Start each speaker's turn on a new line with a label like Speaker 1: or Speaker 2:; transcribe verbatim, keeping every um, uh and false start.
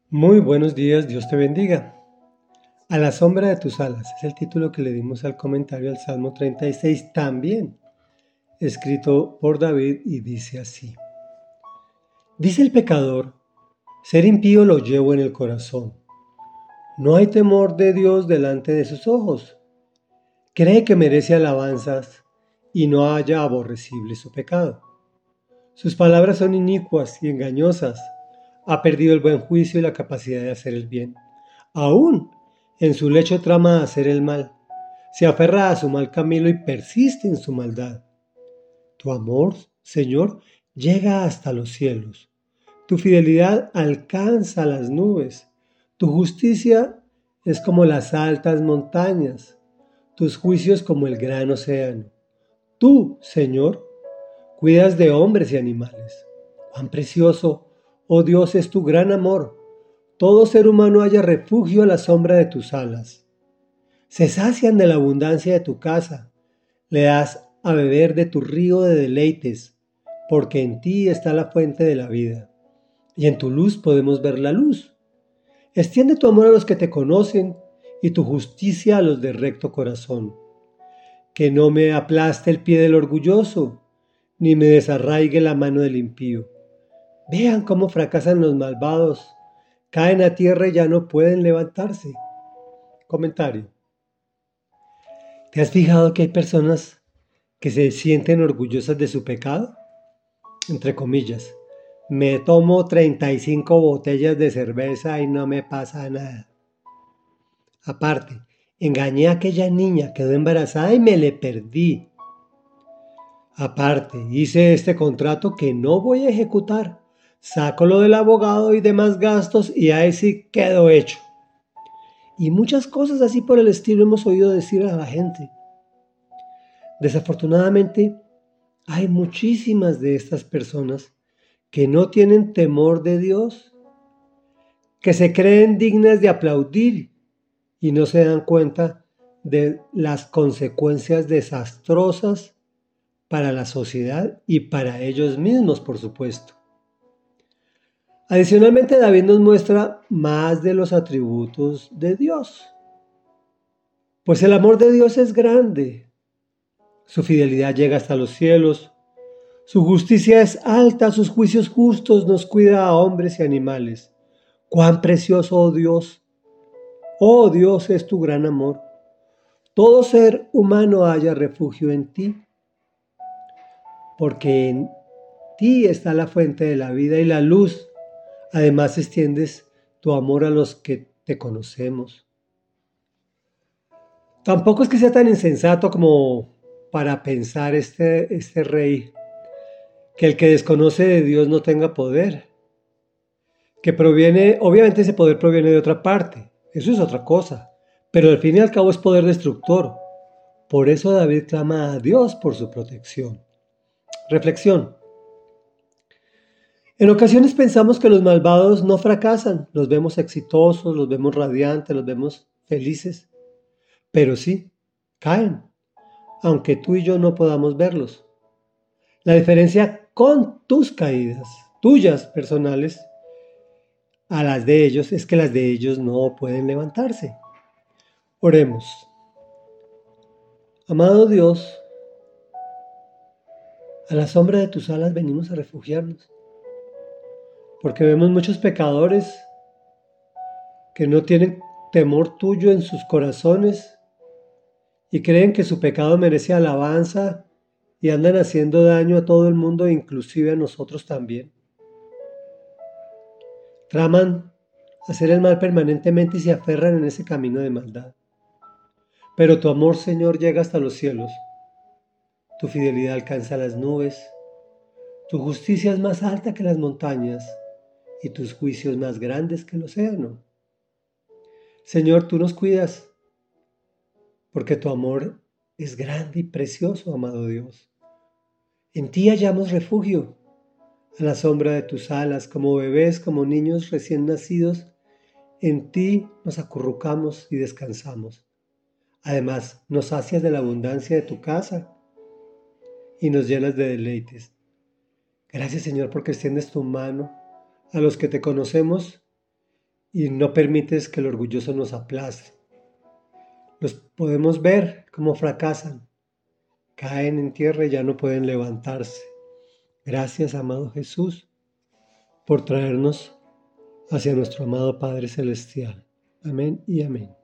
Speaker 1: Muy buenos días, Dios te bendiga. A la sombra de tus alas es el título que le dimos al comentario al Salmo treinta y seis, también escrito por David, y dice así. Dice el pecador, ser impío lo llevo en el corazón. No hay temor de Dios delante de sus ojos. Cree que merece alabanzas y no haya aborrecible su pecado. Sus palabras son inicuas y engañosas. Ha perdido el buen juicio y la capacidad de hacer el bien. Aún en su lecho trama hacer el mal. Se aferra a su mal camino y persiste en su maldad. Tu amor, Señor, llega hasta los cielos. Tu fidelidad alcanza las nubes. Tu justicia es como las altas montañas. Tus juicios como el gran océano. Tú, Señor, cuidas de hombres y animales. Cuán precioso, oh Dios, es tu gran amor. Todo ser humano halla refugio a la sombra de tus alas. Se sacian de la abundancia de tu casa. Le das a beber de tu río de deleites, porque en ti está la fuente de la vida. Y en tu luz podemos ver la luz. Extiende tu amor a los que te conocen y tu justicia a los de recto corazón. Que no me aplaste el pie del orgulloso, ni me desarraigue la mano del impío. Vean cómo fracasan los malvados, caen a tierra y ya no pueden levantarse. Comentario. ¿Te has fijado que hay personas que se sienten orgullosas de su pecado? Entre comillas, me tomo treinta y cinco botellas de cerveza y no me pasa nada. Aparte, engañé a aquella niña, quedó embarazada y me le perdí. Aparte, hice este contrato que no voy a ejecutar. Saco lo del abogado y demás gastos y ahí sí quedó hecho. Y muchas cosas así por el estilo hemos oído decir a la gente. Desafortunadamente, hay muchísimas de estas personas que no tienen temor de Dios, que se creen dignas de aplaudir y no se dan cuenta de las consecuencias desastrosas para la sociedad y para ellos mismos, por supuesto. Adicionalmente, David nos muestra más de los atributos de Dios. Pues el amor de Dios es grande, su fidelidad llega hasta los cielos, su justicia es alta, sus juicios justos, nos cuida a hombres y animales. Cuán precioso, oh Dios, oh Dios, es tu gran amor. Todo ser humano halla refugio en ti, porque en ti está la fuente de la vida y la luz. Además extiendes tu amor a los que te conocemos. Tampoco es que sea tan insensato como para pensar este, este rey que el que desconoce de Dios no tenga poder, que proviene, obviamente ese poder proviene de otra parte, eso es otra cosa, pero al fin y al cabo es poder destructor. Por eso David clama a Dios por su protección. Reflexión. En ocasiones pensamos que los malvados no fracasan, los vemos exitosos, los vemos radiantes, los vemos felices, pero sí, caen, aunque tú y yo no podamos verlos. La diferencia con tus caídas, tuyas personales, a las de ellos, es que las de ellos no pueden levantarse. Oremos. Amado Dios, a la sombra de tus alas venimos a refugiarnos, porque vemos muchos pecadores que no tienen temor tuyo en sus corazones y creen que su pecado merece alabanza y andan haciendo daño a todo el mundo, inclusive a nosotros también. Traman hacer el mal permanentemente y se aferran en ese camino de maldad. Pero tu amor, Señor, llega hasta los cielos. Tu fidelidad alcanza las nubes. Tu justicia es más alta que las montañas y tus juicios más grandes que el océano. Señor, tú nos cuidas porque tu amor es grande y precioso, amado Dios. En ti hallamos refugio. A la sombra de tus alas, como bebés, como niños recién nacidos, en ti nos acurrucamos y descansamos. Además, nos sacias de la abundancia de tu casa y nos llenas de deleites. Gracias, Señor, porque extiendes tu mano a los que te conocemos y no permites que el orgulloso nos aplaste. Los podemos ver cómo fracasan, caen en tierra y ya no pueden levantarse. Gracias, amado Jesús, por traernos hacia nuestro amado Padre Celestial. Amén y amén.